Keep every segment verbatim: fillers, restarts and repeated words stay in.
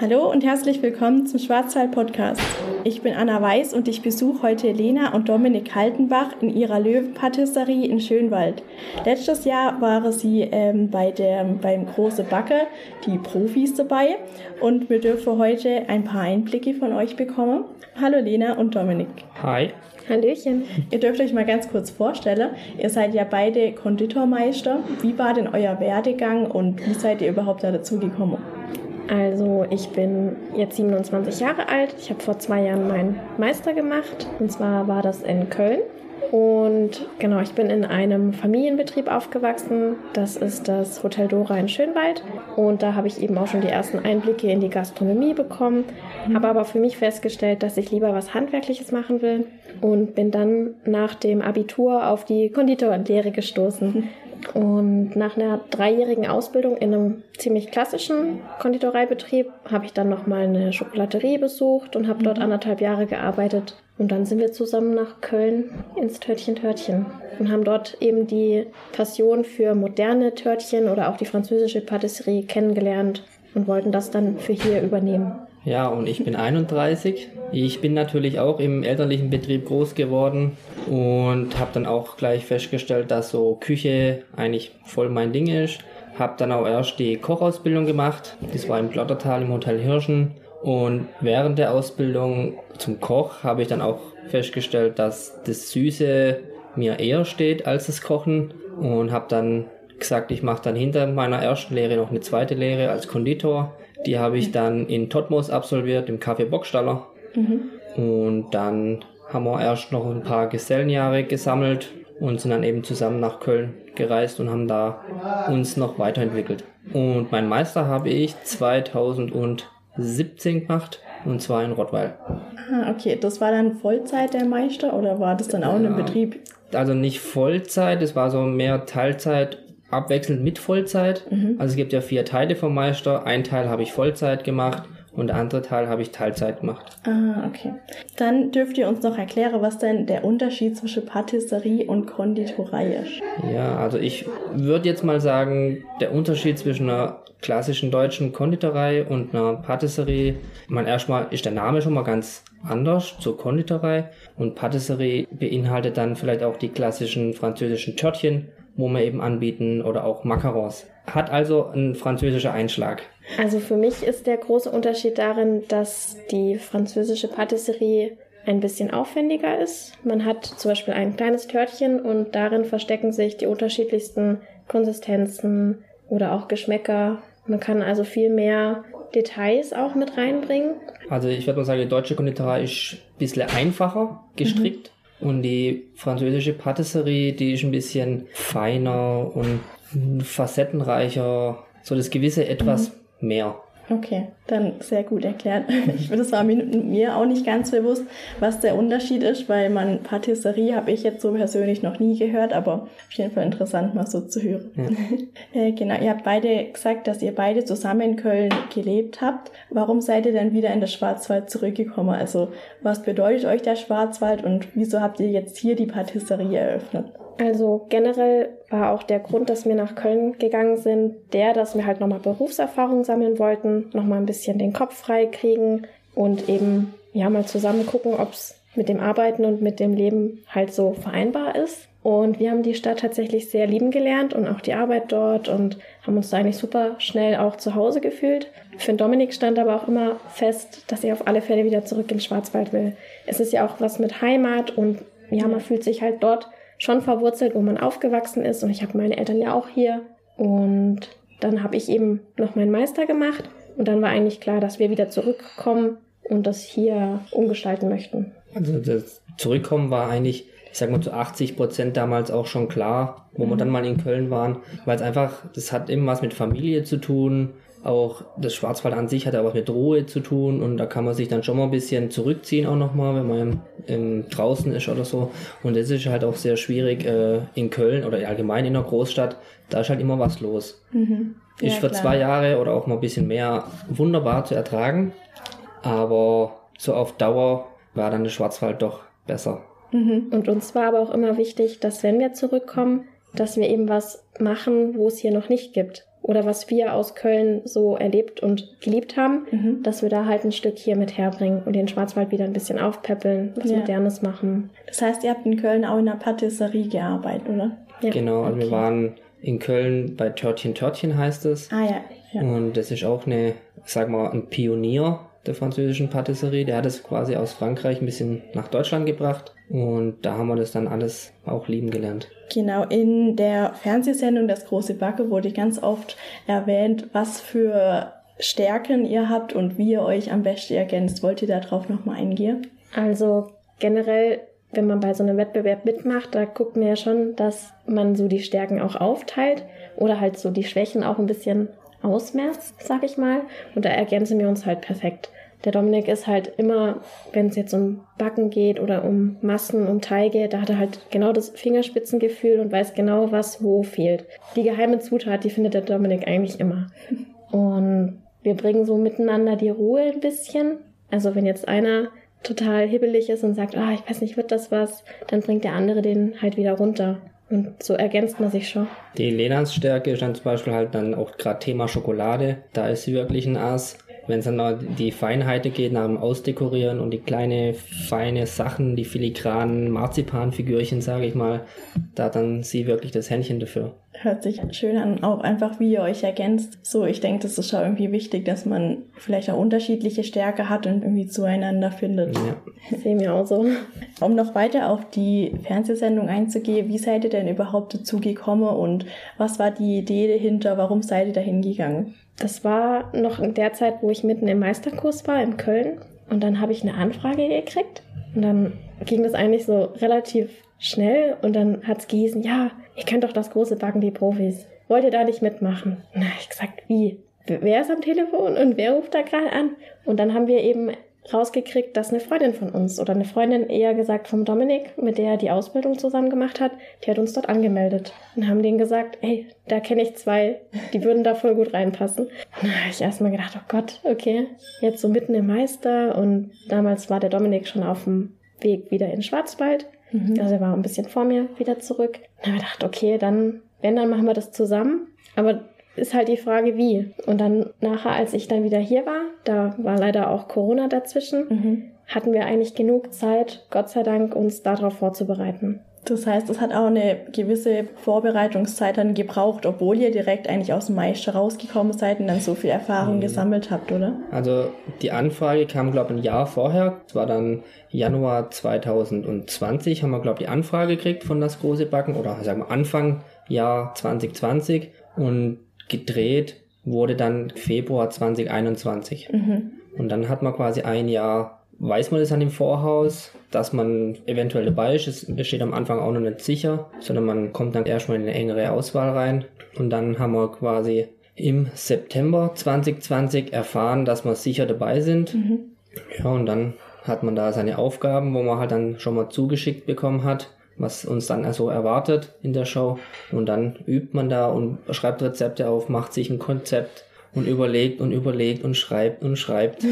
Hallo und herzlich willkommen zum Schwarzwald-Podcast. Ich bin Anna Weiß und ich besuche heute Lena und Dominik Haltenbach in ihrer Löwenpatisserie in Schönwald. Letztes Jahr waren sie ähm, bei der, beim Große Backe, die Profis dabei, und wir dürfen heute ein paar Einblicke von euch bekommen. Hallo Lena und Dominik. Hi. Hallöchen. Ihr dürft euch mal ganz kurz vorstellen, ihr seid ja beide Konditormeister. Wie war denn euer Werdegang und wie seid ihr überhaupt da dazu gekommen? Also ich bin jetzt siebenundzwanzig Jahre alt. Ich habe vor zwei Jahren meinen Meister gemacht. Und zwar war das in Köln. Und genau, ich bin in einem Familienbetrieb aufgewachsen. Das ist das Hotel Dora in Schönwald. Und da habe ich eben auch schon die ersten Einblicke in die Gastronomie bekommen. Mhm. Habe aber für mich festgestellt, dass ich lieber was Handwerkliches machen will. Und bin dann nach dem Abitur auf die Konditorlehre gestoßen. Mhm. Und nach einer dreijährigen Ausbildung in einem ziemlich klassischen Konditoreibetrieb habe ich dann nochmal eine Schokolaterie besucht und habe dort anderthalb Jahre gearbeitet. Und dann sind wir zusammen nach Köln ins Törtchen Törtchen und haben dort eben die Passion für moderne Törtchen oder auch die französische Patisserie kennengelernt und wollten das dann für hier übernehmen. Ja, und ich bin einunddreißig. Ich bin natürlich auch im elterlichen Betrieb groß geworden und habe dann auch gleich festgestellt, dass so Küche eigentlich voll mein Ding ist. Habe dann auch erst die Kochausbildung gemacht. Das war im Plottertal im Hotel Hirschen. Und während der Ausbildung zum Koch habe ich dann auch festgestellt, dass das Süße mir eher steht als das Kochen. Und habe dann gesagt, ich mache dann hinter meiner ersten Lehre noch eine zweite Lehre als Konditor. Die habe ich dann in Todtmoos absolviert, im Café Bockstaller. Mhm. Und dann haben wir erst noch ein paar Gesellenjahre gesammelt und sind dann eben zusammen nach Köln gereist und haben da uns noch weiterentwickelt. Und meinen Meister habe ich zweitausendsiebzehn gemacht, und zwar in Rottweil. Ah, okay. Das war dann Vollzeit der Meister oder war das dann auch in einem Ja, Betrieb? Also nicht Vollzeit, es war so mehr Teilzeit, abwechselnd mit Vollzeit. Mhm. Also es gibt ja vier Teile vom Meister. Ein Teil habe ich Vollzeit gemacht und der andere Teil habe ich Teilzeit gemacht. Ah, okay. Dann dürft ihr uns noch erklären, was denn der Unterschied zwischen Patisserie und Konditorei ist. Ja, also ich würde jetzt mal sagen, der Unterschied zwischen einer klassischen deutschen Konditorei und einer Patisserie, man erstmal ist der Name schon mal ganz anders zur Konditorei, und Patisserie beinhaltet dann vielleicht auch die klassischen französischen Törtchen, wo wir eben anbieten, oder auch Macarons. Hat also einen französischen Einschlag. Also für mich ist der große Unterschied darin, dass die französische Patisserie ein bisschen aufwendiger ist. Man hat zum Beispiel ein kleines Törtchen und darin verstecken sich die unterschiedlichsten Konsistenzen oder auch Geschmäcker. Man kann also viel mehr Details auch mit reinbringen. Also ich würde mal sagen, die deutsche Konditorei ist ein bisschen einfacher gestrickt. Mhm. Und die französische Patisserie, die ist ein bisschen feiner und facettenreicher, so das gewisse etwas mhm. mehr. Okay, dann sehr gut erklärt. Ich finde, das war mir auch nicht ganz bewusst, was der Unterschied ist, weil man Patisserie habe ich jetzt so persönlich noch nie gehört, aber auf jeden Fall interessant, mal so zu hören. Ja. äh, genau, ihr habt beide gesagt, dass ihr beide zusammen in Köln gelebt habt. Warum seid ihr dann wieder in den Schwarzwald zurückgekommen? Also was bedeutet euch der Schwarzwald und wieso habt ihr jetzt hier die Patisserie eröffnet? Also generell war auch der Grund, dass wir nach Köln gegangen sind, der, dass wir halt nochmal Berufserfahrung sammeln wollten, nochmal ein bisschen den Kopf frei kriegen und eben ja mal zusammen gucken, ob es mit dem Arbeiten und mit dem Leben halt so vereinbar ist. Und wir haben die Stadt tatsächlich sehr lieben gelernt und auch die Arbeit dort und haben uns da eigentlich super schnell auch zu Hause gefühlt. Für Dominik stand aber auch immer fest, dass er auf alle Fälle wieder zurück in den Schwarzwald will. Es ist ja auch was mit Heimat und ja, man fühlt sich halt dort schon verwurzelt, wo man aufgewachsen ist, und ich habe meine Eltern ja auch hier, und dann habe ich eben noch meinen Meister gemacht und dann war eigentlich klar, dass wir wieder zurückkommen und das hier umgestalten möchten. Also das Zurückkommen war eigentlich, ich sag mal, zu achtzig Prozent damals auch schon klar, wo mhm. wir dann mal in Köln waren, weil es einfach, das hat eben was mit Familie zu tun. Auch das Schwarzwald an sich hat aber mit Ruhe zu tun, und da kann man sich dann schon mal ein bisschen zurückziehen auch nochmal, wenn man im, im draußen ist oder so. Und das ist halt auch sehr schwierig äh, in Köln oder allgemein in einer Großstadt, da ist halt immer was los. Mhm. Ja, ist für klar. zwei Jahre oder auch mal ein bisschen mehr wunderbar zu ertragen, aber so auf Dauer war dann der Schwarzwald doch besser. Mhm. Und uns war aber auch immer wichtig, dass wenn wir zurückkommen, dass wir eben was machen, wo es hier noch nicht gibt. oder was wir aus Köln so erlebt und geliebt haben, mhm. dass wir da halt ein Stück hier mit herbringen und den Schwarzwald wieder ein bisschen aufpäppeln, was ja. Modernes machen. Das heißt, ihr habt in Köln auch in einer Patisserie gearbeitet, oder? Ja. Genau, also okay. wir waren in Köln bei Törtchen Törtchen heißt es. Ah ja. ja. Und das ist auch eine, sag mal, ein Pionier der französischen Patisserie. Der hat es quasi aus Frankreich ein bisschen nach Deutschland gebracht. Und da haben wir das dann alles auch lieben gelernt. Genau, in der Fernsehsendung Das große Backe wurde ganz oft erwähnt, was für Stärken ihr habt und wie ihr euch am besten ergänzt. Wollt ihr darauf nochmal eingehen? Also generell, wenn man bei so einem Wettbewerb mitmacht, da guckt man ja schon, dass man so die Stärken auch aufteilt oder halt so die Schwächen auch ein bisschen ausmerzt, sag ich mal. Und da ergänzen wir uns halt perfekt. Der Dominik ist halt immer, wenn es jetzt um Backen geht oder um Massen, um Teige, da hat er halt genau das Fingerspitzengefühl und weiß genau, was wo fehlt. Die geheime Zutat, die findet der Dominik eigentlich immer. Und wir bringen so miteinander die Ruhe ein bisschen. Also wenn jetzt einer total hibbelig ist und sagt, ah, ich weiß nicht, wird das was, dann bringt der andere den halt wieder runter. Und so ergänzt man sich schon. Die Lenas Stärke ist dann zum Beispiel halt dann auch gerade Thema Schokolade. Da ist sie wirklich ein Ass. Wenn es dann noch die Feinheiten geht, nach dem Ausdekorieren und die kleine, feine Sachen, die filigranen Marzipanfigürchen, sage ich mal, da hat dann sie wirklich das Händchen dafür. Hört sich schön an, auch einfach, wie ihr euch ergänzt. So, ich denke, das ist schon irgendwie wichtig, dass man vielleicht auch unterschiedliche Stärke hat und irgendwie zueinander findet. Ja, sehen wir auch so. Um noch weiter auf die Fernsehsendung einzugehen, wie seid ihr denn überhaupt dazu gekommen und was war die Idee dahinter, warum seid ihr dahin gegangen? Das war noch in der Zeit, wo ich mitten im Meisterkurs war in Köln und dann habe ich eine Anfrage gekriegt und dann ging das eigentlich so relativ schnell und dann hat es gehießen, ja, ihr könnt doch das große Backen, die Profis. Wollt ihr da nicht mitmachen? Und dann habe ich gesagt, wie? Wer ist am Telefon und wer ruft da gerade an? Und dann haben wir eben rausgekriegt, dass eine Freundin von uns oder eine Freundin eher gesagt vom Dominik, mit der er die Ausbildung zusammen gemacht hat, die hat uns dort angemeldet und haben denen gesagt, ey, da kenne ich zwei, die würden da voll gut reinpassen. Und dann habe ich erstmal gedacht, oh Gott, okay, jetzt so mitten im Meister und damals war der Dominik schon auf dem Weg wieder in den Schwarzwald, mhm. also er war ein bisschen vor mir wieder zurück. Und dann habe ich gedacht, okay, dann, wenn, dann machen wir das zusammen, aber ist halt die Frage, wie. Und dann nachher, als ich dann wieder hier war, da war leider auch Corona dazwischen, mhm. hatten wir eigentlich genug Zeit, Gott sei Dank, uns darauf vorzubereiten. Das heißt, es hat auch eine gewisse Vorbereitungszeit dann gebraucht, obwohl ihr direkt eigentlich aus dem Meister rausgekommen seid und dann so viel Erfahrung mhm. gesammelt habt, oder? Also die Anfrage kam, glaube ich, ein Jahr vorher. Es war dann Januar zwanzig zwanzig, haben wir, glaube ich, die Anfrage gekriegt von Das große Backen oder sagen wir Anfang Jahr zwanzig zwanzig und gedreht wurde dann Februar zwanzig einundzwanzig. Mhm. Und dann hat man quasi ein Jahr, weiß man das an dem Voraus, dass man eventuell dabei ist. Es steht am Anfang auch noch nicht sicher, sondern man kommt dann erstmal in eine engere Auswahl rein. Und dann haben wir quasi im September zwanzig zwanzig erfahren, dass wir sicher dabei sind. Mhm. Ja, und dann hat man da seine Aufgaben, wo man halt dann schon mal zugeschickt bekommen hat, was uns dann also erwartet in der Show. Und dann übt man da und schreibt Rezepte auf, macht sich ein Konzept und überlegt und überlegt und schreibt und schreibt.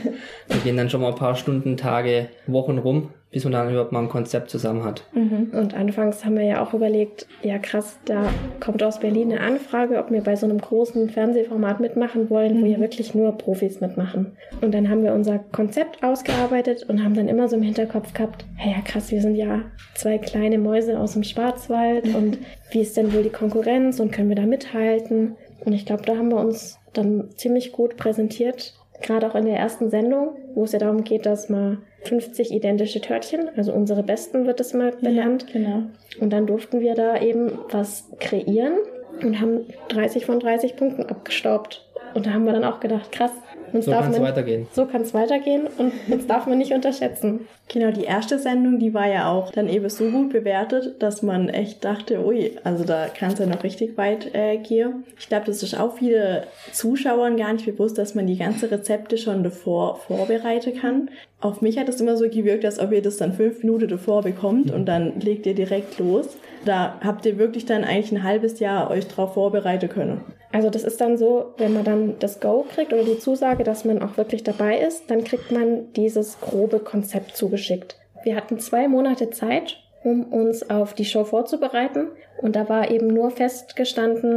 Da gehen dann schon mal ein paar Stunden, Tage, Wochen rum, bis man dann überhaupt mal ein Konzept zusammen hat. Mhm. Und anfangs haben wir ja auch überlegt, ja krass, da kommt aus Berlin eine Anfrage, ob wir bei so einem großen Fernsehformat mitmachen wollen, mhm. wo ja wirklich nur Profis mitmachen. Und dann haben wir unser Konzept ausgearbeitet und haben dann immer so im Hinterkopf gehabt, hey, ja krass, wir sind ja zwei kleine Mäuse aus dem Schwarzwald und wie ist denn wohl die Konkurrenz und können wir da mithalten? Und ich glaube, da haben wir uns dann ziemlich gut präsentiert, gerade auch in der ersten Sendung, wo es ja darum geht, dass man fünfzig identische Törtchen, also unsere besten wird das immer benannt. Ja, genau. Und dann durften wir da eben was kreieren und haben dreißig von dreißig Punkten abgestaubt. Und da haben wir dann auch gedacht, krass, uns so darf kann es man, weitergehen. So kann es weitergehen und uns darf man nicht unterschätzen. Genau, die erste Sendung, die war ja auch dann eben so gut bewertet, dass man echt dachte, ui, also da kann es ja noch richtig weit äh, gehen. Ich glaube, das ist auch viele Zuschauern gar nicht bewusst, dass man die ganzen Rezepte schon davor vorbereiten kann. Auf mich hat es immer so gewirkt, als ob ihr das dann fünf Minuten davor bekommt und dann legt ihr direkt los. Da habt ihr wirklich dann eigentlich ein halbes Jahr euch drauf vorbereiten können. Also das ist dann so, wenn man dann das Go kriegt oder die Zusage, dass man auch wirklich dabei ist, dann kriegt man dieses grobe Konzept zugeschickt. Wir hatten zwei Monate Zeit, um uns auf die Show vorzubereiten und da war eben nur festgestanden,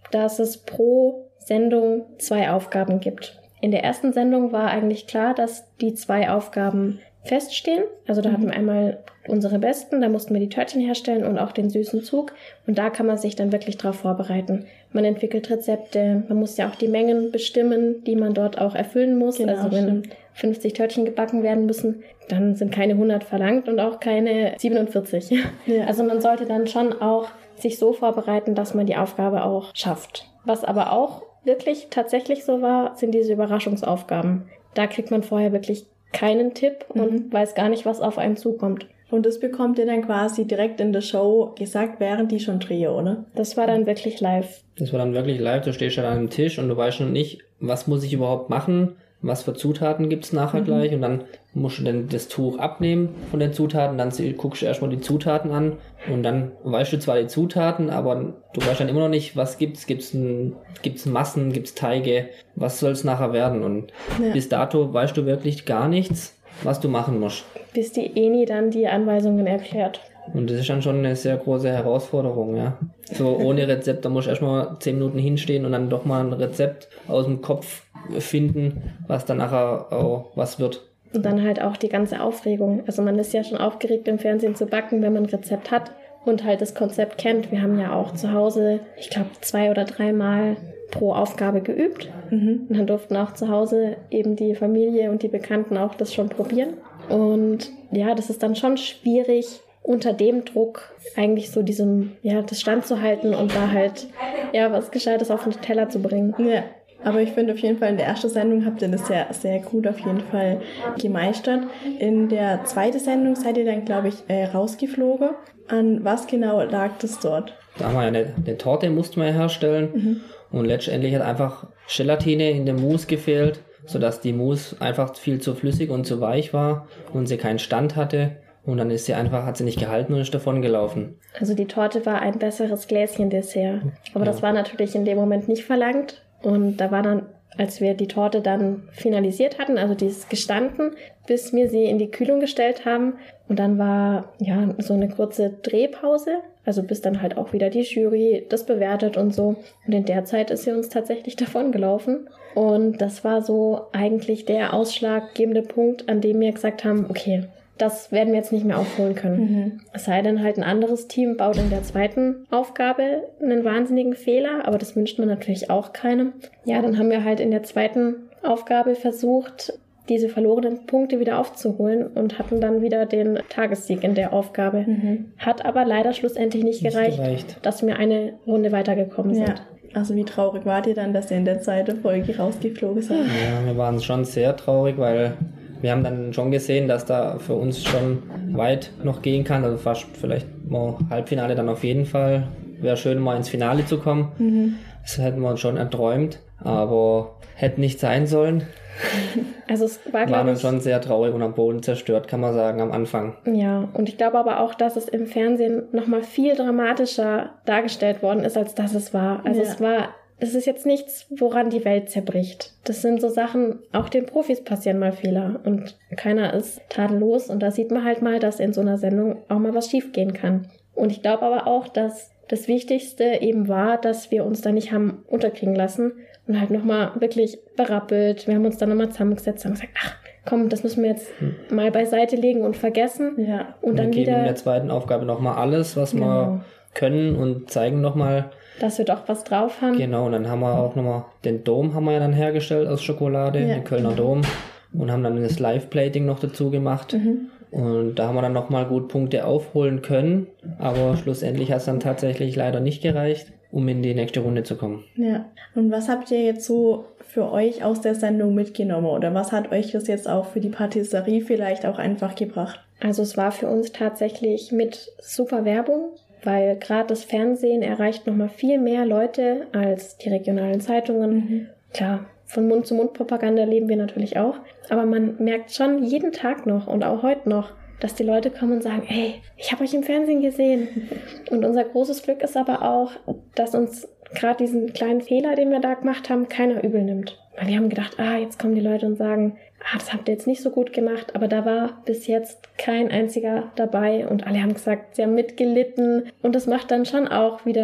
dass es pro Sendung zwei Aufgaben gibt. In der ersten Sendung war eigentlich klar, dass die zwei Aufgaben feststehen. Also da mhm. hatten wir einmal unsere Besten, da mussten wir die Törtchen herstellen und auch den süßen Zug. Und da kann man sich dann wirklich drauf vorbereiten. Man entwickelt Rezepte, man muss ja auch die Mengen bestimmen, die man dort auch erfüllen muss. Genau, also wenn stimmt. fünfzig Törtchen gebacken werden müssen, dann sind keine hundert verlangt und auch keine siebenundvierzig. Ja. Also man sollte dann schon auch sich so vorbereiten, dass man die Aufgabe auch schafft. Was aber auch wirklich tatsächlich so war, sind diese Überraschungsaufgaben. Da kriegt man vorher wirklich keinen Tipp und mhm. weiß gar nicht, was auf einen zukommt. Und das bekommt ihr dann quasi direkt in der Show gesagt, während die schon drehe, oder? Das war dann wirklich live. Das war dann wirklich live, du stehst an einem Tisch und du weißt schon nicht, was muss ich überhaupt machen, was für Zutaten gibt's nachher mhm. gleich und dann musst du dann das Tuch abnehmen von den Zutaten, dann guckst du erstmal die Zutaten an und dann weißt du zwar die Zutaten, aber du weißt dann immer noch nicht, was gibt's, gibt's ein, gibt's Massen, gibt's Teige, was soll's nachher werden und ja. bis dato weißt du wirklich gar nichts, was du machen musst. Bis die Eni dann die Anweisungen erklärt. Und das ist dann schon eine sehr große Herausforderung, ja. So ohne Rezept, da musst du erstmal zehn Minuten hinstehen und dann doch mal ein Rezept aus dem Kopf finden, was dann nachher auch was wird. Und dann halt auch die ganze Aufregung. Also man ist ja schon aufgeregt, im Fernsehen zu backen, wenn man ein Rezept hat und halt das Konzept kennt. Wir haben ja auch zu Hause, ich glaube, zwei oder dreimal pro Aufgabe geübt. Mhm. Und dann durften auch zu Hause eben die Familie und die Bekannten auch das schon probieren. Und ja, das ist dann schon schwierig, unter dem Druck eigentlich so diesem, ja, das standzuhalten und da halt, ja, was Gescheites auf den Teller zu bringen. Ja, aber ich finde auf jeden Fall, in der ersten Sendung habt ihr das sehr, sehr gut auf jeden Fall gemeistert. In der zweiten Sendung seid ihr dann, glaube ich, äh, rausgeflogen. An was genau lag das dort? Da haben wir ja eine, eine Torte, mussten wir herstellen. Mhm. Und letztendlich hat einfach Gelatine in dem Mousse gefehlt, sodass die Mousse einfach viel zu flüssig und zu weich war und sie keinen Stand hatte. Und dann ist sie einfach, hat sie nicht gehalten und ist davon gelaufen. Also die Torte war ein besseres Gläschen-Dessert. Aber ja. das war natürlich in dem Moment nicht verlangt. Und da war dann, als wir die Torte dann finalisiert hatten, also die ist gestanden, bis wir sie in die Kühlung gestellt haben. Und dann war ja so eine kurze Drehpause. Also bis dann halt auch wieder die Jury das bewertet und so. Und in der Zeit ist sie uns tatsächlich davon gelaufen. Und das war so eigentlich der ausschlaggebende Punkt, an dem wir gesagt haben, okay, das werden wir jetzt nicht mehr aufholen können. Mhm. Es sei denn halt, ein anderes Team baut in der zweiten Aufgabe einen wahnsinnigen Fehler, aber das wünscht man natürlich auch keinem. Ja, dann haben wir halt in der zweiten Aufgabe versucht, diese verlorenen Punkte wieder aufzuholen und hatten dann wieder den Tagessieg in der Aufgabe. Mhm. Hat aber leider schlussendlich nicht, nicht gereicht, gereicht, dass wir eine Runde weitergekommen sind. Ja. Also wie traurig wart ihr dann, dass ihr in der zweiten Folge rausgeflogen seid? Ja, wir waren schon sehr traurig, weil wir haben dann schon gesehen, dass da für uns schon weit noch gehen kann, also fast vielleicht mal Halbfinale dann auf jeden Fall. Wäre schön, mal ins Finale zu kommen. Mhm. Das hätten wir uns schon erträumt, aber hätte nicht sein sollen. Also es war, war dann schon sehr traurig und am Boden zerstört, kann man sagen, am Anfang. Ja, und ich glaube aber auch, dass es im Fernsehen nochmal viel dramatischer dargestellt worden ist, als dass es war. Also ja. es war... Es ist jetzt nichts, woran die Welt zerbricht. Das sind so Sachen, auch den Profis passieren mal Fehler und keiner ist tadellos. Und da sieht man halt mal, dass in so einer Sendung auch mal was schief gehen kann. Und ich glaube aber auch, dass das Wichtigste eben war, dass wir uns da nicht haben unterkriegen lassen und halt nochmal wirklich berappelt. Wir haben uns dann nochmal zusammengesetzt und gesagt, ach komm, das müssen wir jetzt hm. mal beiseite legen und vergessen. Ja. Und, und dann wir wieder geben in der zweiten Aufgabe nochmal alles, was genau. wir können und zeigen nochmal, dass wir doch was drauf haben. Genau, und dann haben wir auch nochmal den Dom haben wir ja dann hergestellt aus Schokolade, ja. den Kölner Dom, und haben dann das Live-Plating noch dazu gemacht. Mhm. Und da haben wir dann nochmal gut Punkte aufholen können, aber schlussendlich hat es dann tatsächlich leider nicht gereicht, um in die nächste Runde zu kommen. Ja, und was habt ihr jetzt so für euch aus der Sendung mitgenommen oder was hat euch das jetzt auch für die Patisserie vielleicht auch einfach gebracht? Also es war für uns tatsächlich mit super Werbung, weil gerade das Fernsehen erreicht nochmal viel mehr Leute als die regionalen Zeitungen. Mhm. Klar, von Mund-zu-Mund-Propaganda leben wir natürlich auch, aber man merkt schon jeden Tag noch und auch heute noch, dass die Leute kommen und sagen, ey, ich habe euch im Fernsehen gesehen. Und unser großes Glück ist aber auch, dass uns gerade diesen kleinen Fehler, den wir da gemacht haben, keiner übel nimmt. Weil wir haben gedacht, ah, jetzt kommen die Leute und sagen, ah, das habt ihr jetzt nicht so gut gemacht, aber da war bis jetzt kein einziger dabei und alle haben gesagt, sie haben mitgelitten und das macht dann schon auch wieder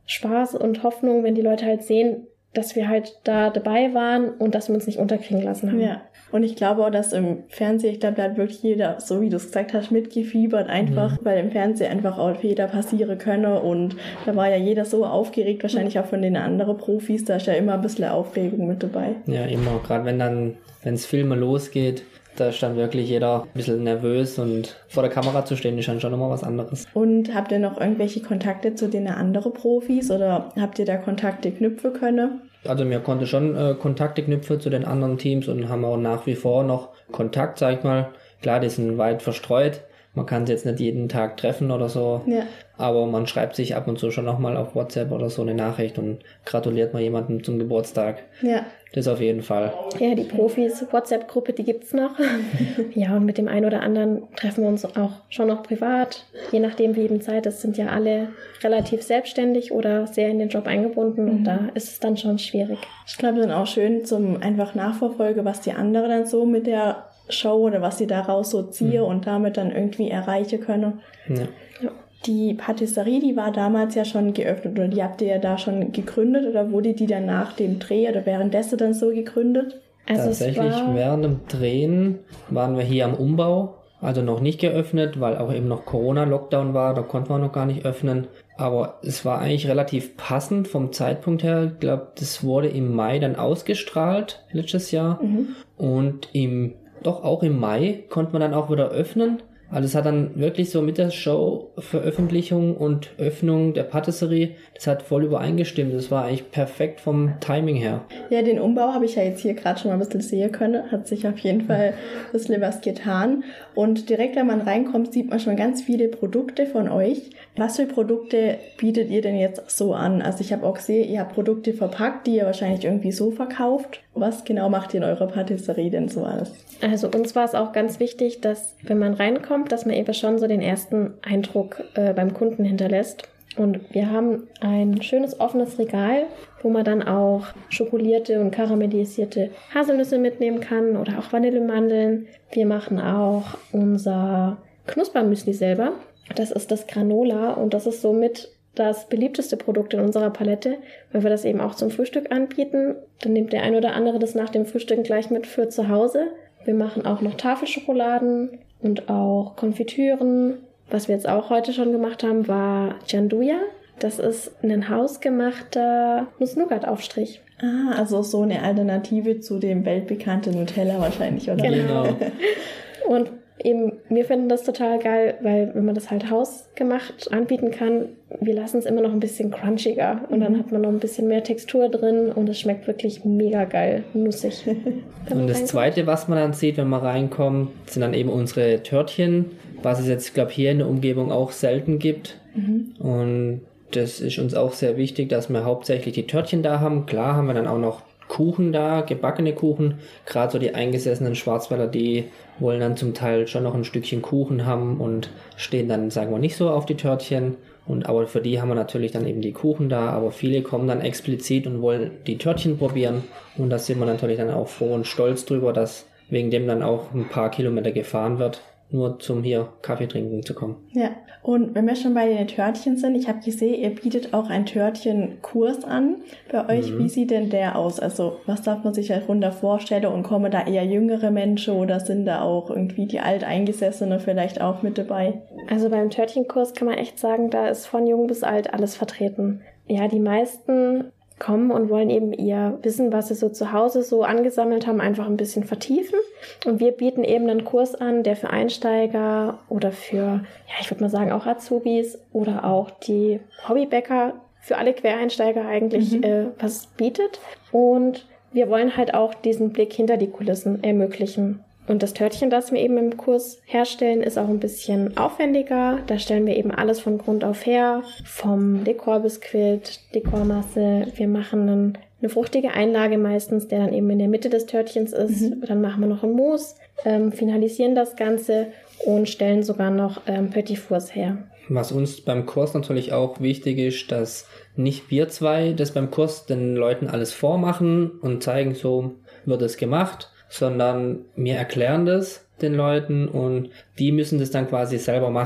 Spaß und Hoffnung, wenn die Leute halt sehen, dass wir halt da dabei waren und dass wir uns nicht unterkriegen lassen haben. Ja, und ich glaube auch, dass im Fernsehen, ich glaube, da hat wirklich jeder, so wie du es gesagt hast, mitgefiebert einfach, mhm. weil im Fernsehen einfach auch jeder passieren könne und da war ja jeder so aufgeregt, wahrscheinlich auch von den anderen Profis, da ist ja immer ein bisschen Aufregung mit dabei. Ja, immer, gerade wenn dann, wenn es Filme losgeht, da ist dann wirklich jeder ein bisschen nervös und vor der Kamera zu stehen ist dann schon immer was anderes. Und habt ihr noch irgendwelche Kontakte zu den anderen Profis oder habt ihr da Kontakte knüpfen können? Also wir konnten schon äh, Kontakte knüpfen zu den anderen Teams und haben auch nach wie vor noch Kontakt, sag ich mal. Klar, die sind weit verstreut. Man kann sie jetzt nicht jeden Tag treffen oder so. Ja. Aber man schreibt sich ab und zu schon nochmal auf WhatsApp oder so eine Nachricht und gratuliert mal jemandem zum Geburtstag. Ja. Das auf jeden Fall. Ja, die Profis, WhatsApp-Gruppe, die gibt's noch. Ja, und mit dem einen oder anderen treffen wir uns auch schon noch privat. Je nachdem, wie eben Zeit ist, sind ja alle relativ selbstständig oder sehr in den Job eingebunden. Mhm. Und da ist es dann schon schwierig. Ich glaube, dann auch schön zum einfach Nachverfolgen, was die anderen dann so mit der Show oder was sie daraus so ziehen mhm. und damit dann irgendwie erreichen können. Ja. Ja. Die Patisserie, die war damals ja schon geöffnet oder die habt ihr ja da schon gegründet oder wurde die dann nach dem Dreh oder währenddessen dann so gegründet? Also tatsächlich war... während dem Drehen waren wir hier am Umbau, also noch nicht geöffnet, weil auch eben noch Corona-Lockdown war, da konnten wir noch gar nicht öffnen. Aber es war eigentlich relativ passend vom Zeitpunkt her. Ich glaube, das wurde im Mai dann ausgestrahlt, letztes Jahr. Mhm. Und im doch auch im Mai konnte man dann auch wieder öffnen. Also es hat dann wirklich so mit der Show-Veröffentlichung und Öffnung der Patisserie, das hat voll übereingestimmt. Das war eigentlich perfekt vom Timing her. Ja, den Umbau habe ich ja jetzt hier gerade schon mal ein bisschen sehen können. Hat sich auf jeden Fall ein bisschen was getan. Und direkt, wenn man reinkommt, sieht man schon ganz viele Produkte von euch. Was für Produkte bietet ihr denn jetzt so an? Also ich habe auch gesehen, ihr habt Produkte verpackt, die ihr wahrscheinlich irgendwie so verkauft. Was genau macht ihr in eurer Patisserie denn so alles? Also uns war es auch ganz wichtig, dass wenn man reinkommt, dass man eben schon so den ersten Eindruck äh, beim Kunden hinterlässt. Und wir haben ein schönes offenes Regal, wo man dann auch schokolierte und karamellisierte Haselnüsse mitnehmen kann oder auch Vanillemandeln. Wir machen auch unser Knuspermüsli selber. Das ist das Granola und das ist somit das beliebteste Produkt in unserer Palette, weil wir das eben auch zum Frühstück anbieten. Dann nimmt der ein oder andere das nach dem Frühstück gleich mit für zu Hause. Wir machen auch noch Tafelschokoladen und auch Konfitüren. Was wir jetzt auch heute schon gemacht haben, war Gianduja. Das ist ein hausgemachter Nuss-Nougat-Aufstrich. Ah, also so eine Alternative zu dem weltbekannten Nutella wahrscheinlich, oder? Genau. Und eben, wir finden das total geil, weil wenn man das halt hausgemacht anbieten kann, wir lassen es immer noch ein bisschen crunchiger und dann hat man noch ein bisschen mehr Textur drin und es schmeckt wirklich mega geil, nussig. Und das Zweite, was man dann sieht, wenn man reinkommt, sind dann eben unsere Törtchen, was es jetzt, glaube ich, hier in der Umgebung auch selten gibt. Mhm. Und das ist uns auch sehr wichtig, dass wir hauptsächlich die Törtchen da haben. Klar haben wir dann auch noch Kuchen da, gebackene Kuchen. Gerade so die eingesessenen Schwarzwälder, die wollen dann zum Teil schon noch ein Stückchen Kuchen haben und stehen dann, sagen wir, nicht so auf die Törtchen. Und aber für die haben wir natürlich dann eben die Kuchen da, aber viele kommen dann explizit und wollen die Törtchen probieren. Und da sind wir natürlich dann auch froh und stolz drüber, dass wegen dem dann auch ein paar Kilometer gefahren wird, nur zum hier Kaffee trinken zu kommen. Ja, und wenn wir schon bei den Törtchen sind, ich habe gesehen, ihr bietet auch einen Törtchenkurs an bei euch. Mhm. Wie sieht denn der aus? Also was darf man sich darunter vorstellen und kommen da eher jüngere Menschen oder sind da auch irgendwie die Alteingesessene vielleicht auch mit dabei? Also beim Törtchenkurs kann man echt sagen, da ist von jung bis alt alles vertreten. Ja, die meisten kommen und wollen eben ihr Wissen, was sie so zu Hause so angesammelt haben, einfach ein bisschen vertiefen. Und wir bieten eben einen Kurs an, der für Einsteiger oder für, ja, ich würde mal sagen, auch Azubis oder auch die Hobbybäcker, für alle Quereinsteiger eigentlich mhm. äh, was bietet. Und wir wollen halt auch diesen Blick hinter die Kulissen ermöglichen. Und das Törtchen, das wir eben im Kurs herstellen, ist auch ein bisschen aufwendiger. Da stellen wir eben alles von Grund auf her, vom Dekorbiskuit, Dekormasse. Wir machen einen, eine fruchtige Einlage meistens, der dann eben in der Mitte des Törtchens ist. Mhm. Dann machen wir noch ein Mousse, ähm, finalisieren das Ganze und stellen sogar noch ähm, Petit Fours her. Was uns beim Kurs natürlich auch wichtig ist, dass nicht wir zwei das beim Kurs den Leuten alles vormachen und zeigen, so wird es gemacht, sondern wir erklären das den Leuten und die müssen das dann quasi selber machen.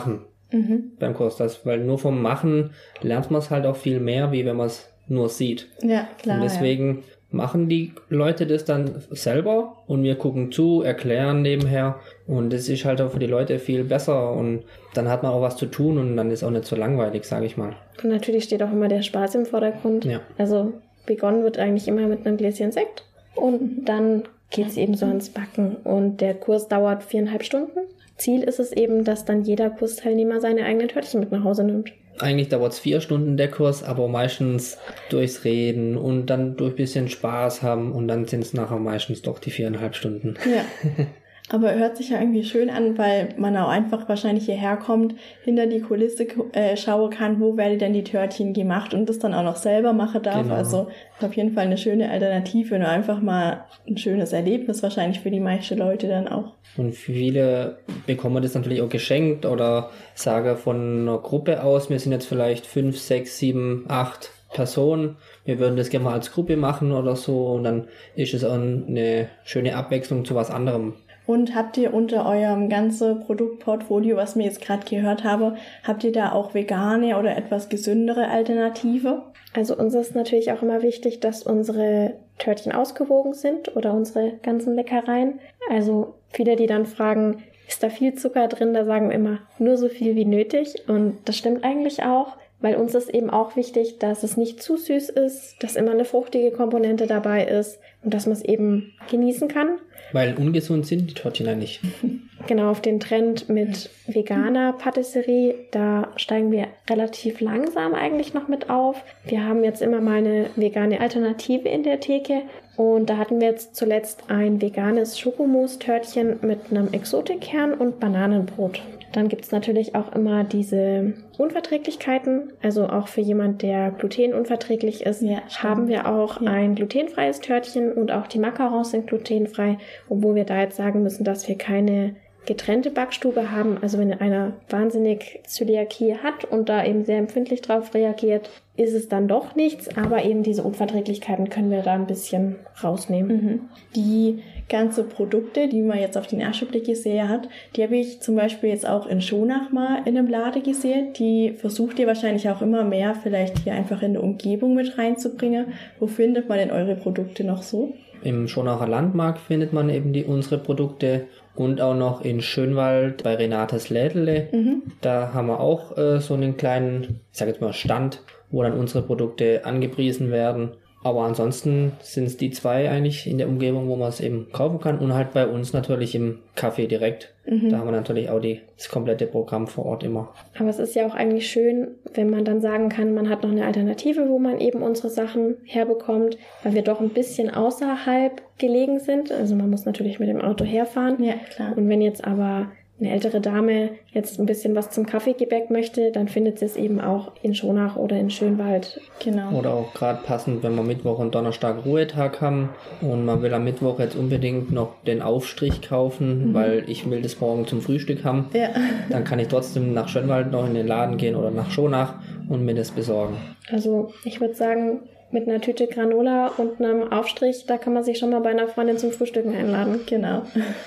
Mhm. beim Kurs. Das, weil nur vom Machen lernt man es halt auch viel mehr, wie wenn man es nur sieht. Ja, klar. Und deswegen ja. machen die Leute das dann selber und wir gucken zu, erklären nebenher und das ist halt auch für die Leute viel besser und dann hat man auch was zu tun und dann ist auch nicht so langweilig, sage ich mal. Und natürlich steht auch immer der Spaß im Vordergrund. Ja. Also begonnen wird eigentlich immer mit einem Gläschen Sekt und dann geht es eben so ans Backen und der Kurs dauert viereinhalb Stunden. Ziel ist es eben, dass dann jeder Kursteilnehmer seine eigenen Törtchen mit nach Hause nimmt. Eigentlich dauert es vier Stunden der Kurs, aber meistens durchs Reden und dann durch ein bisschen Spaß haben und dann sind es nachher meistens doch die viereinhalb Stunden. Ja, aber hört sich ja irgendwie schön an, weil man auch einfach wahrscheinlich hierher kommt, hinter die Kulisse äh, schauen kann, wo werden denn die Törtchen gemacht und das dann auch noch selber machen darf. Genau. Also auf jeden Fall eine schöne Alternative und einfach mal ein schönes Erlebnis wahrscheinlich für die meisten Leute dann auch. Und viele bekommen das natürlich auch geschenkt oder sagen von einer Gruppe aus, wir sind jetzt vielleicht fünf, sechs, sieben, acht Personen, wir würden das gerne mal als Gruppe machen oder so und dann ist es auch eine schöne Abwechslung zu was anderem. Und habt ihr unter eurem ganzen Produktportfolio, was wir jetzt gerade gehört haben, habt ihr da auch vegane oder etwas gesündere Alternative? Also uns ist natürlich auch immer wichtig, dass unsere Törtchen ausgewogen sind oder unsere ganzen Leckereien. Also viele, die dann fragen, ist da viel Zucker drin, da sagen wir immer nur so viel wie nötig. Und das stimmt eigentlich auch, weil uns ist eben auch wichtig, dass es nicht zu süß ist, dass immer eine fruchtige Komponente dabei ist und dass man es eben genießen kann. Weil ungesund sind die Törtchen ja nicht. Genau, auf den Trend mit veganer Patisserie, da steigen wir relativ langsam eigentlich noch mit auf. Wir haben jetzt immer mal eine vegane Alternative in der Theke und da hatten wir jetzt zuletzt ein veganes Schokomousse-Törtchen mit einem Exotikkern und Bananenbrot. Dann gibt es natürlich auch immer diese Unverträglichkeiten, also auch für jemand, der glutenunverträglich ist, ja, haben wir auch ja. ein glutenfreies Törtchen und auch die Macarons sind glutenfrei, obwohl wir da jetzt sagen müssen, dass wir keine getrennte Backstube haben. Also wenn einer wahnsinnig Zöliakie hat und da eben sehr empfindlich drauf reagiert, ist es dann doch nichts, aber eben diese Unverträglichkeiten können wir da ein bisschen rausnehmen. Mhm. Die ganze Produkte, die man jetzt auf den ersten Blick gesehen hat, die habe ich zum Beispiel jetzt auch in Schonach mal in einem Laden gesehen. Die versucht ihr wahrscheinlich auch immer mehr vielleicht hier einfach in der Umgebung mit reinzubringen. Wo findet man denn eure Produkte noch so? Im Schonacher Landmarkt findet man eben die unsere Produkte und auch noch in Schönwald bei Renates Lädele. Mhm. Da haben wir auch äh, so einen kleinen, ich sage jetzt mal Stand, wo dann unsere Produkte angepriesen werden. Aber ansonsten sind es die zwei eigentlich in der Umgebung, wo man es eben kaufen kann und halt bei uns natürlich im Café direkt. Mhm. Da haben wir natürlich auch die, das komplette Programm vor Ort immer. Aber es ist ja auch eigentlich schön, wenn man dann sagen kann, man hat noch eine Alternative, wo man eben unsere Sachen herbekommt, weil wir doch ein bisschen außerhalb gelegen sind. Also man muss natürlich mit dem Auto herfahren. Ja, klar. Und wenn jetzt aber eine ältere Dame jetzt ein bisschen was zum Kaffeegebäck möchte, dann findet sie es eben auch in Schonach oder in Schönwald. Genau. Oder auch gerade passend, wenn wir Mittwoch und Donnerstag Ruhetag haben und man will am Mittwoch jetzt unbedingt noch den Aufstrich kaufen, mhm. weil ich will das morgen zum Frühstück haben. Ja. Dann kann ich trotzdem nach Schönwald noch in den Laden gehen oder nach Schonach und mir das besorgen. Also ich würde sagen, mit einer Tüte Granola und einem Aufstrich, da kann man sich schon mal bei einer Freundin zum Frühstücken einladen. Genau.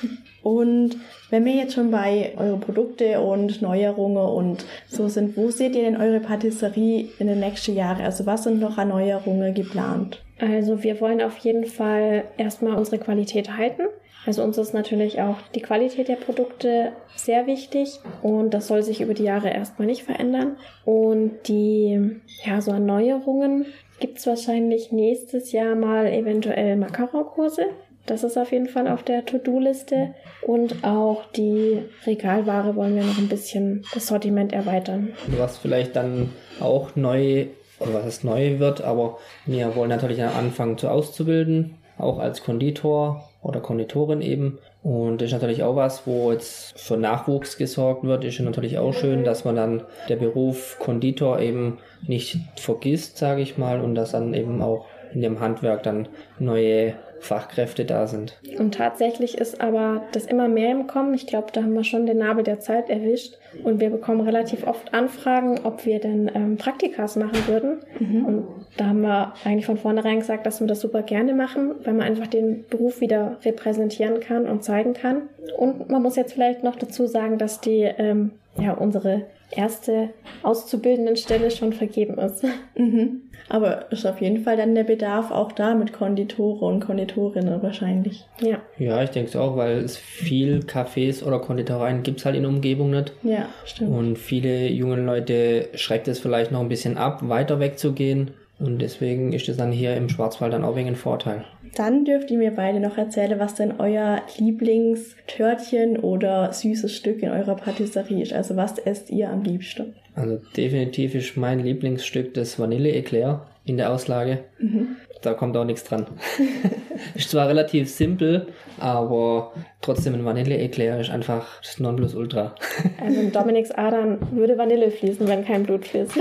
Und wenn wir jetzt schon bei eure Produkte und Neuerungen und so sind, wo seht ihr denn eure Patisserie in den nächsten Jahren? Also was sind noch an Neuerungen geplant? Also wir wollen auf jeden Fall erstmal unsere Qualität halten. Also uns ist natürlich auch die Qualität der Produkte sehr wichtig und das soll sich über die Jahre erstmal nicht verändern. Und die, ja, so an Neuerungen gibt es wahrscheinlich nächstes Jahr mal eventuell Macaron-Kurse. Das ist auf jeden Fall auf der To-Do-Liste. Und auch die Regalware wollen wir noch ein bisschen das Sortiment erweitern. Was vielleicht dann auch neu, oder was es neu wird, aber wir wollen natürlich anfangen zu auszubilden, auch als Konditor oder Konditorin eben. Und das ist natürlich auch was, wo jetzt für Nachwuchs gesorgt wird. Ist natürlich auch schön, dass man dann der Beruf Konditor eben nicht vergisst, sage ich mal, und dass dann eben auch in dem Handwerk dann neue Fachkräfte da sind. Und tatsächlich ist aber das immer mehr im Kommen. Ich glaube, da haben wir schon den Nabel der Zeit erwischt. Und wir bekommen relativ oft Anfragen, ob wir denn ähm, Praktikas machen würden. Mhm. Und da haben wir eigentlich von vornherein gesagt, dass wir das super gerne machen, weil man einfach den Beruf wieder repräsentieren kann und zeigen kann. Und man muss jetzt vielleicht noch dazu sagen, dass die ähm, ja unsere erste Auszubildendenstelle schon vergeben ist. Mhm. Aber ist auf jeden Fall dann der Bedarf auch da mit Konditore und Konditorinnen wahrscheinlich. Ja. Ja, ich denke es auch, weil es viel Cafés oder Konditoreien gibt es halt in der Umgebung nicht. Ja, stimmt. Und viele junge Leute schreckt es vielleicht noch ein bisschen ab, weiter wegzugehen. Und deswegen ist es dann hier im Schwarzwald dann auch wegen ein Vorteil. Dann dürft ihr mir beide noch erzählen, was denn euer Lieblingstörtchen oder süßes Stück in eurer Patisserie ist. Also was esst ihr am liebsten? Also definitiv ist mein Lieblingsstück das Vanille-Eclair in der Auslage. Mhm. Da kommt auch nichts dran. Ist zwar relativ simpel, aber trotzdem ein Vanille-Eclair ist einfach das Nonplusultra. Also in Dominiks Adern würde Vanille fließen, wenn kein Blut fließt.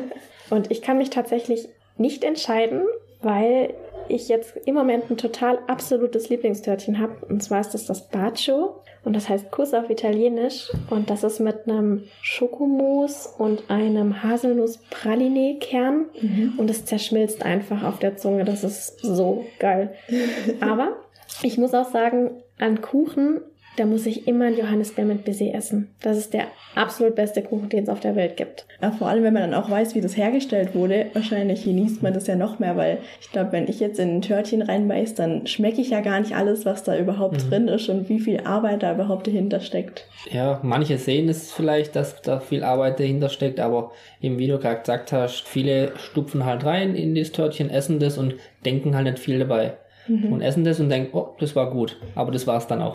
Und ich kann mich tatsächlich nicht entscheiden, weil ich jetzt im Moment ein total absolutes Lieblingstörtchen habe. Und zwar ist das das Bacio. Und das heißt Kuss auf Italienisch. Und das ist mit einem Schokomousse und einem Haselnuss-Praline-Kern. Mhm. Und es zerschmilzt einfach auf der Zunge. Das ist so geil. Aber ich muss auch sagen, an Kuchen, da muss ich immer ein Johannisbeer mit Baiser essen. Das ist der absolut beste Kuchen, den es auf der Welt gibt. Ja, vor allem, wenn man dann auch weiß, wie das hergestellt wurde, wahrscheinlich genießt man das ja noch mehr, weil ich glaube, wenn ich jetzt in ein Törtchen reinbeiß, dann schmecke ich ja gar nicht alles, was da überhaupt mhm. drin ist und wie viel Arbeit da überhaupt dahinter steckt. Ja, manche sehen es vielleicht, dass da viel Arbeit dahinter steckt, aber eben wie du gerade gesagt hast, viele stupfen halt rein in das Törtchen, essen das und denken halt nicht viel dabei. Mhm. Und essen das und denken, oh, das war gut. Aber das war es dann auch.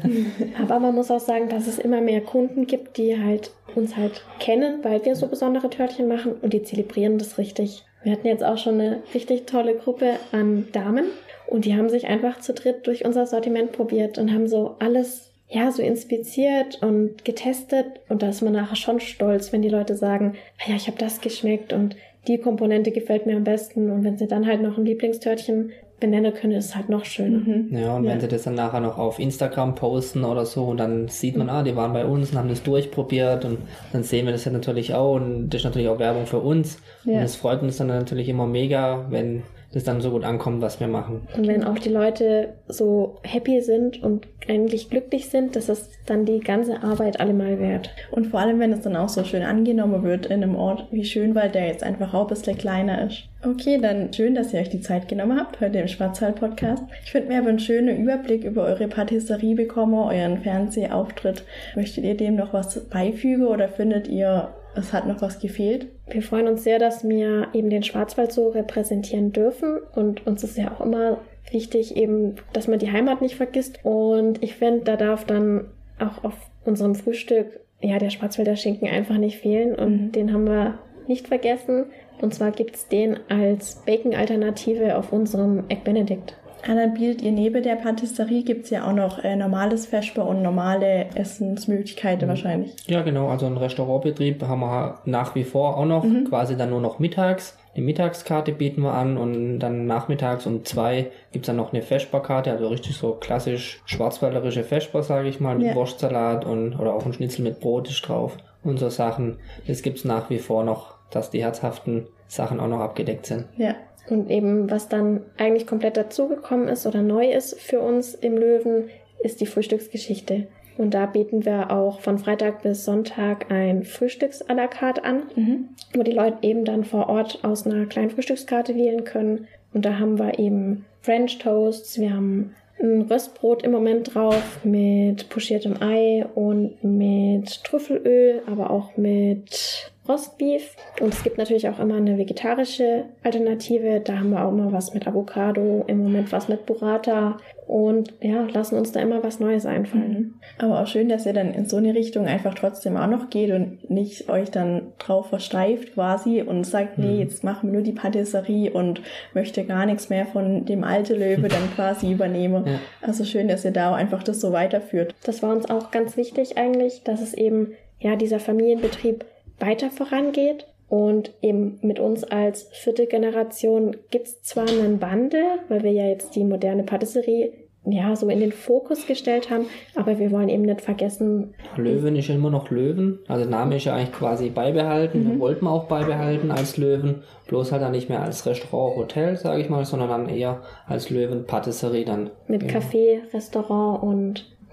Aber man muss auch sagen, dass es immer mehr Kunden gibt, die halt uns halt kennen, weil wir so besondere Törtchen machen und die zelebrieren das richtig. Wir hatten jetzt auch schon eine richtig tolle Gruppe an Damen und die haben sich einfach zu dritt durch unser Sortiment probiert und haben so alles ja so inspiziert und getestet und da ist man nachher schon stolz, wenn die Leute sagen, ja, ich habe das geschmeckt und die Komponente gefällt mir am besten und wenn sie dann halt noch ein Lieblingstörtchen benennen können, ist es halt noch schöner. Mhm. Ja, und ja. wenn sie das dann nachher noch auf Instagram posten oder so, und dann sieht man, ah, die waren bei uns und haben das durchprobiert und dann sehen wir das ja natürlich auch und das ist natürlich auch Werbung für uns. Ja. Und es freut uns dann natürlich immer mega, wenn das dann so gut ankommt, was wir machen. Und wenn auch die Leute so happy sind und eigentlich glücklich sind, das ist dann die ganze Arbeit allemal wert. Und vor allem, wenn es dann auch so schön angenommen wird in einem Ort wie Schönwald, der jetzt einfach auch ein bisschen kleiner ist. Okay, dann schön, dass ihr euch die Zeit genommen habt, heute im Schwarzwald-Podcast. Ich finde, wir haben einen schönen Überblick über eure Patisserie bekommen, euren Fernsehauftritt. Möchtet ihr dem noch was beifügen oder findet ihr, es hat noch was gefehlt? Wir freuen uns sehr, dass wir eben den Schwarzwald so repräsentieren dürfen und uns ist ja auch immer wichtig eben, dass man die Heimat nicht vergisst und ich finde, da darf dann auch auf unserem Frühstück ja der Schwarzwälder Schinken einfach nicht fehlen und mhm. den haben wir nicht vergessen und zwar gibt es den als Bacon-Alternative auf unserem Egg Benedict. Anna, bietet ihr neben der Patisserie, gibt es ja auch noch äh, normales Vesper und normale Essensmöglichkeiten mhm. wahrscheinlich. Ja, genau. Also einen Restaurantbetrieb haben wir nach wie vor auch noch, mhm. quasi dann nur noch mittags. Die Mittagskarte bieten wir an und dann nachmittags um zwei gibt's dann noch eine Vesperkarte, also richtig so klassisch schwarzwälderische Vesper, sage ich mal, mit ja. Wurstsalat und oder auch ein Schnitzel mit Brot ist drauf und so Sachen. Das gibt's nach wie vor noch, dass die herzhaften Sachen auch noch abgedeckt sind. Ja. Und eben, was dann eigentlich komplett dazugekommen ist oder neu ist für uns im Löwen, ist die Frühstücksgeschichte. Und da bieten wir auch von Freitag bis Sonntag ein Frühstücks-à la carte an, mhm. wo die Leute eben dann vor Ort aus einer kleinen Frühstückskarte wählen können. Und da haben wir eben French Toasts, wir haben ein Röstbrot im Moment drauf mit pochiertem Ei und mit Trüffelöl, aber auch mit Rostbeef. Und es gibt natürlich auch immer eine vegetarische Alternative. Da haben wir auch immer was mit Avocado, im Moment was mit Burrata und ja, lassen uns da immer was Neues einfallen. Mhm. Aber auch schön, dass ihr dann in so eine Richtung einfach trotzdem auch noch geht und nicht euch dann drauf versteift quasi und sagt, mhm. nee, jetzt machen wir nur die Patisserie und möchte gar nichts mehr von dem alten Löwe dann quasi übernehmen. Ja. Also schön, dass ihr da auch einfach das so weiterführt. Das war uns auch ganz wichtig eigentlich, dass es eben, ja, dieser Familienbetrieb weiter vorangeht und eben mit uns als vierte Generation gibt es zwar einen Wandel, weil wir ja jetzt die moderne Patisserie ja so in den Fokus gestellt haben, aber wir wollen eben nicht vergessen. Löwen ist ja immer noch Löwen, also der Name ist ja eigentlich quasi beibehalten, mhm. den wollten wir auch beibehalten als Löwen, bloß halt dann nicht mehr als Restaurant, Hotel, sage ich mal, sondern dann eher als Löwen Patisserie dann. Mit ja. Café, Restaurant und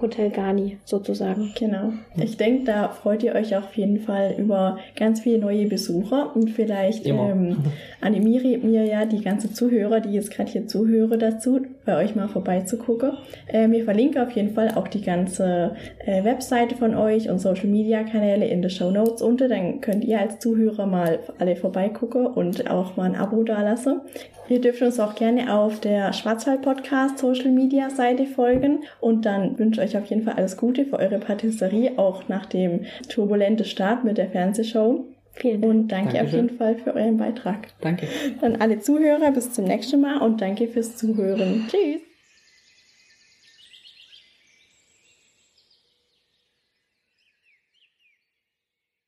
Hotel Garni sozusagen. Genau. Ich denke, da freut ihr euch auf jeden Fall über ganz viele neue Besucher und vielleicht ähm, animiere mir ja die ganzen Zuhörer, die jetzt gerade hier zuhören, dazu, bei euch mal vorbeizugucken. Äh, wir verlinken auf jeden Fall auch die ganze äh, Webseite von euch und Social Media Kanäle in den Shownotes unten. Dann könnt ihr als Zuhörer mal alle vorbeigucken und auch mal ein Abo dalassen. Ihr dürft uns auch gerne auf der Schwarzwald Podcast Social Media Seite folgen und dann wünsche ich euch auf jeden Fall alles Gute für eure Patisserie, auch nach dem turbulenten Start mit der Fernsehshow. Vielen Dank. Und danke Dankeschön. auf jeden Fall für euren Beitrag. Danke. Dann alle Zuhörer, bis zum nächsten Mal und danke fürs Zuhören. Tschüss.